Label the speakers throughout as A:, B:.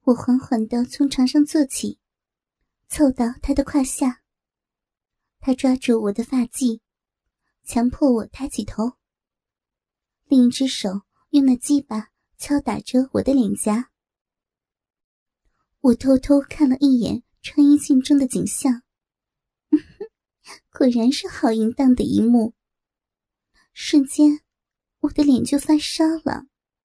A: 我缓缓地从床上坐起，凑到他的胯下。他抓住我的发髻，强迫我抬起头，另一只手用那鸡巴敲打着我的脸颊。我偷偷看了一眼穿衣镜中的景象，果然是好淫荡的一幕。瞬间我的脸就发烧了，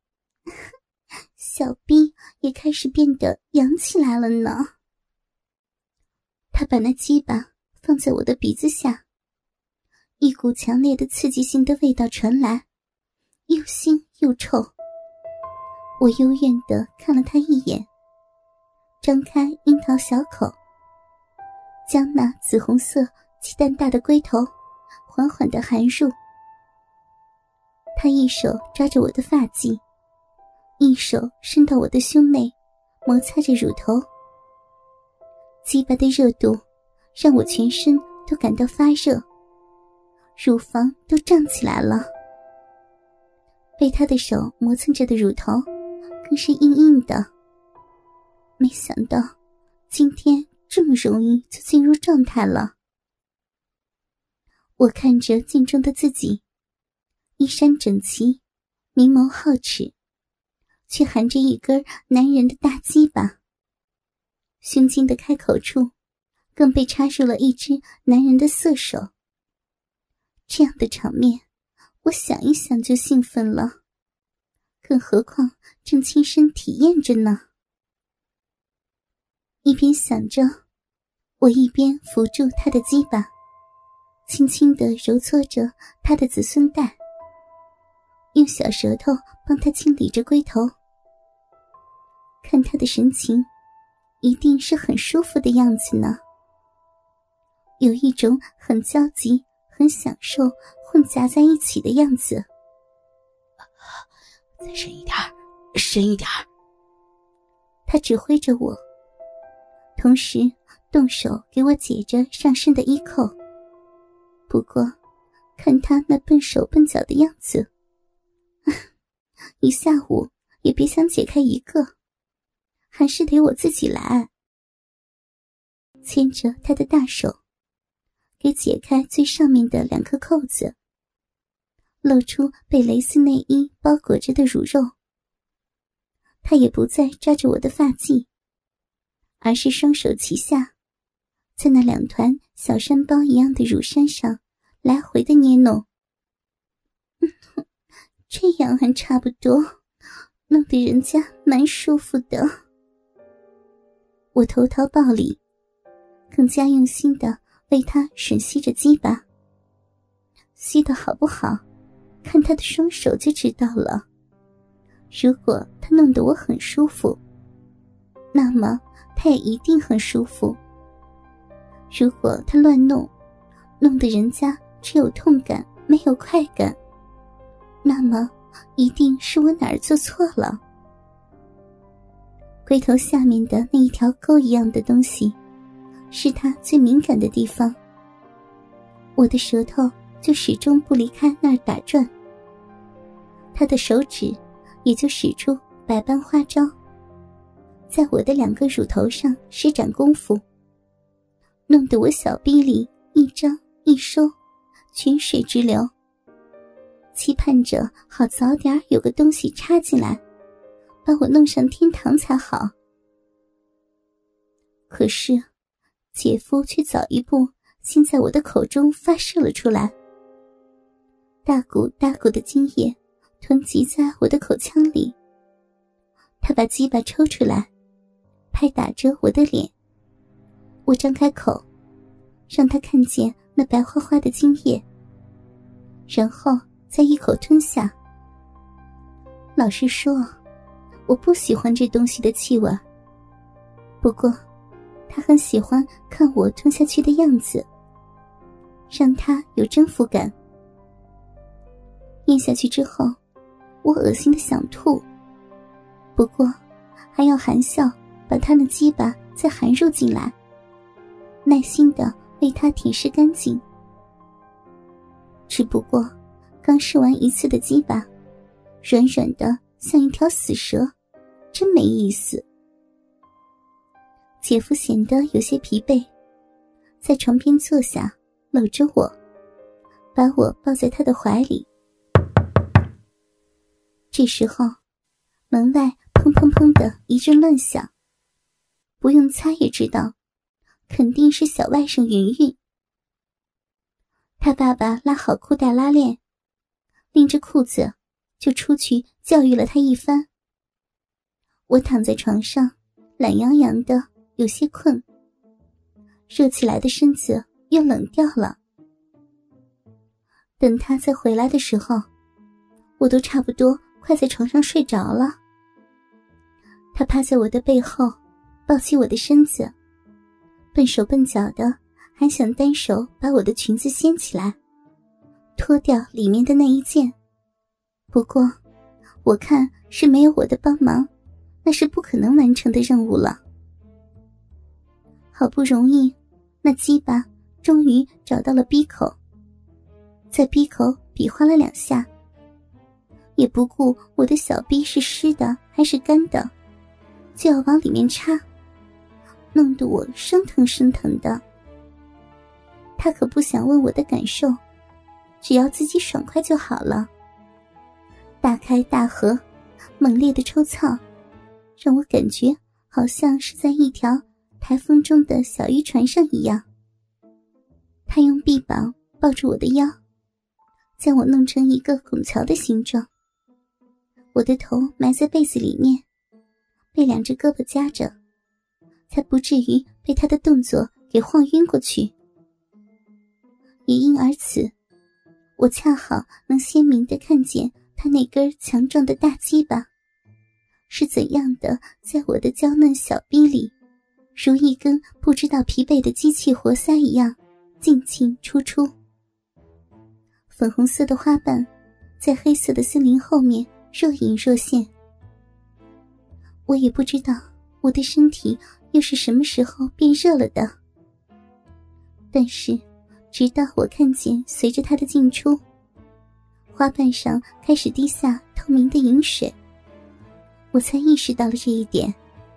A: 小臂也开始变得扬起来了呢。他把那鸡巴放在我的鼻子下，一股强烈的刺激性的味道传来，又腥又臭。我幽怨地看了他一眼，张开樱桃小口，将那紫红色鸡蛋大的龟头缓缓地含入。他一手抓着我的发髻，一手伸到我的胸内，摩擦着乳头。鸡巴的热度让我全身都感到发热，乳房都胀起来了。被他的手磨蹭着的乳头更是硬硬的。没想到今天这么容易就进入状态了。我看着镜中的自己，衣衫整齐，明眸皓齿，却含着一根男人的大鸡巴。胸襟的开口处更被插入了一只男人的色手。这样的场面我想一想就兴奋了，更何况正亲身体验着呢。一边想着，我一边扶住他的鸡巴，轻轻地揉搓着他的子孙带，用小舌头帮他清理着龟头。看他的神情，一定是很舒服的样子呢，有一种很焦急很享受混杂在一起的样子。
B: 再深一点，深一点。
A: 他指挥着我，同时动手给我解着上身的衣扣。不过看他那笨手笨脚的样子，一下午也别想解开一个，还是得我自己来。牵着他的大手，给解开最上面的2颗扣子，露出被蕾丝内衣包裹着的乳肉。他也不再抓着我的发髻，而是双手齐下，在那2团小山包一样的乳山上来回的捏弄。这样还差不多，弄得人家蛮舒服的。我投桃报李，更加用心地为他吮吸着鸡巴。吸得好不好，看他的双手就知道了。如果他弄得我很舒服，那么他也一定很舒服。如果他乱弄，弄得人家只有痛感没有快感，那么一定是我哪儿做错了。龟头下面的那一条沟一样的东西，是他最敏感的地方。我的舌头就始终不离开那儿打转，他的手指也就使出百般花招，在我的2个乳头上施展功夫，弄得我小臂里一张一收，泉水直流，期盼着好早点有个东西插进来，把我弄上天堂才好。可是姐夫却早一步先在我的口中发射了出来，大股大股的精液囤积在我的口腔里。他把鸡巴抽出来，拍打着我的脸。我张开口，让他看见那白花花的精液，然后再一口吞下。老实说，我不喜欢这东西的气味，不过他很喜欢看我吞下去的样子，让他有征服感。咽下去之后，我恶心的想吐，不过还要含笑把他的鸡巴再含入进来，耐心地为他舔舐干净。只不过刚试完一次的鸡巴，软软的像一条死蛇，真没意思。 姐夫显得有些疲惫，在床边坐下，搂着我，把我抱在他的怀里。这时候，门外砰砰砰的一阵乱响，不用猜也知道，肯定是小外甥云云。他爸爸拉好裤带拉链，拎着裤子就出去教育了他一番。我躺在床上，懒洋洋的，有些困，热起来的身子又冷掉了。等他再回来的时候，我都差不多快在床上睡着了。他趴在我的背后，抱起我的身子，笨手笨脚的，还想单手把我的裙子掀起来，脱掉里面的那一件。不过我看是没有我的帮忙，那是不可能完成的任务了。好不容易，那鸡巴终于找到了逼口，在逼口比划了2下，也不顾我的小逼是湿的还是干的，就要往里面插，弄得我生疼生疼的。他可不想问我的感受，只要自己爽快就好了。大开大合，猛烈的抽操，让我感觉好像是在一条台风中的小渔船上一样。他用臂膀抱住我的腰，将我弄成一个拱桥的形状。我的头埋在被子里面，被2只胳膊夹着，才不至于被他的动作给晃晕过去。也因而此，我恰好能鲜明地看见他那根强壮的大鸡巴是怎样的在我的娇嫩小逼里，如一根不知道疲惫的机器活塞一样进进出出。粉红色的花瓣在黑色的森林后面若隐若现。我也不知道我的身体又是什么时候变热了的，但是直到我看见随着它的进出，花瓣上开始滴下透明的饮水，我才意识到了这一点。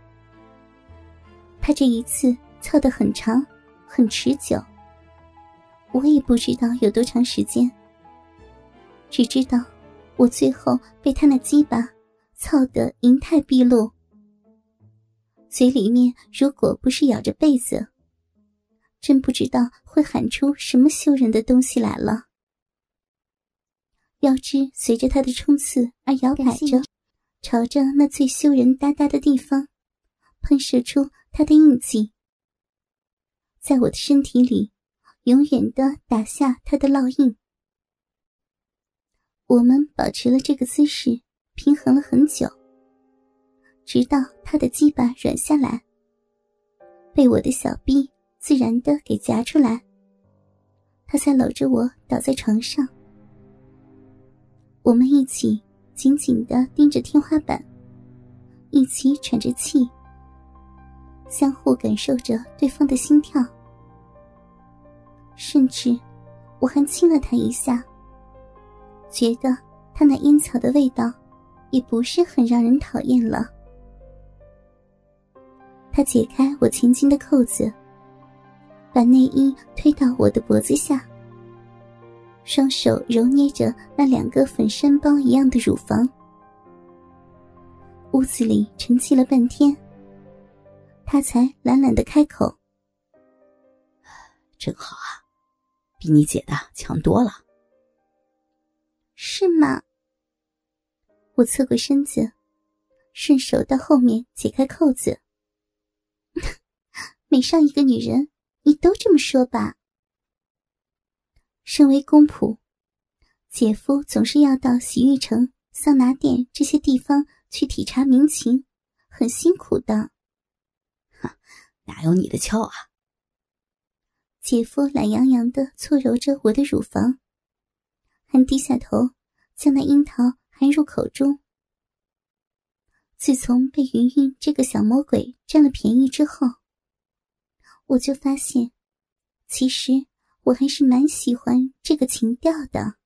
A: 他这一次操得很长很持久，我也不知道有多长时间，只知道我最后被他那鸡巴操得银态毕露，嘴里面如果不是咬着被子，真不知道会喊出什么羞人的东西来了。腰肢随着他的冲刺而摇摆着，朝着那最羞人哒哒的地方喷射出他的印记，在我的身体里永远地打下他的烙印。我们保持了这个姿势平衡了很久，直到他的鸡巴软下来，被我的小臂自然地给夹出来，他才搂着我倒在床上。我们一起紧紧地盯着天花板，一起喘着气，相互感受着对方的心跳，甚至我还亲了他一下，觉得他那烟草的味道也不是很让人讨厌了。他解开我前襟的扣子，把内衣推到我的脖子下，双手揉捏着那2个粉山包一样的乳房。屋子里沉寂了半天，他才懒懒地开口：
B: 真好啊，比你姐的强多了。
A: 是吗？我侧过身子，顺手到后面解开扣子。每上一个女人，你都这么说吧。身为公仆，姐夫总是要到洗浴城、桑拿店这些地方去体察民情，很辛苦的。
B: 哪有你的俏啊？
A: 姐夫懒洋洋地搓揉着我的乳房，还低下头将那樱桃含入口中。自从被云云这个小魔鬼占了便宜之后，我就发现其实我还是蛮喜欢这个情调的。